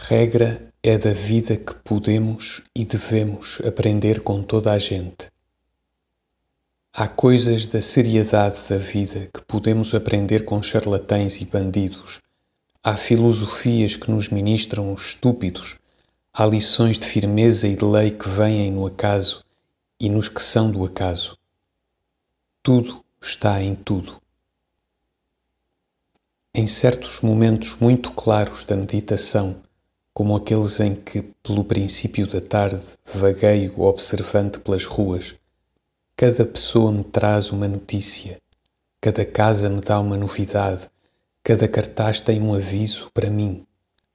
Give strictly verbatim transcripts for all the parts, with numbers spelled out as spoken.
Regra é da vida que podemos e devemos aprender com toda a gente. Há coisas da seriedade da vida que podemos aprender com charlatães e bandidos. Há filosofias que nos ministram os estúpidos. Há lições de firmeza e de lei que vêm no acaso e nos que são do acaso. Tudo está em tudo. Em certos momentos muito claros da meditação, como aqueles em que, pelo princípio da tarde, vagueio observante pelas ruas, cada pessoa me traz uma notícia, cada casa me dá uma novidade, cada cartaz tem um aviso para mim.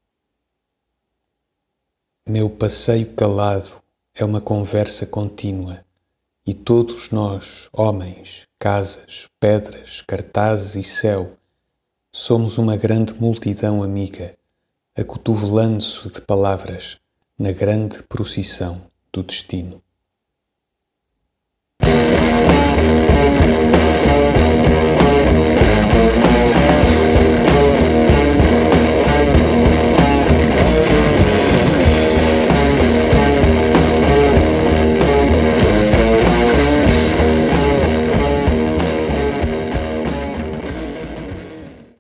Meu passeio calado é uma conversa contínua, e todos nós, homens, casas, pedras, cartazes e céu, somos uma grande multidão amiga, acotovelando-se de palavras na grande procissão do destino.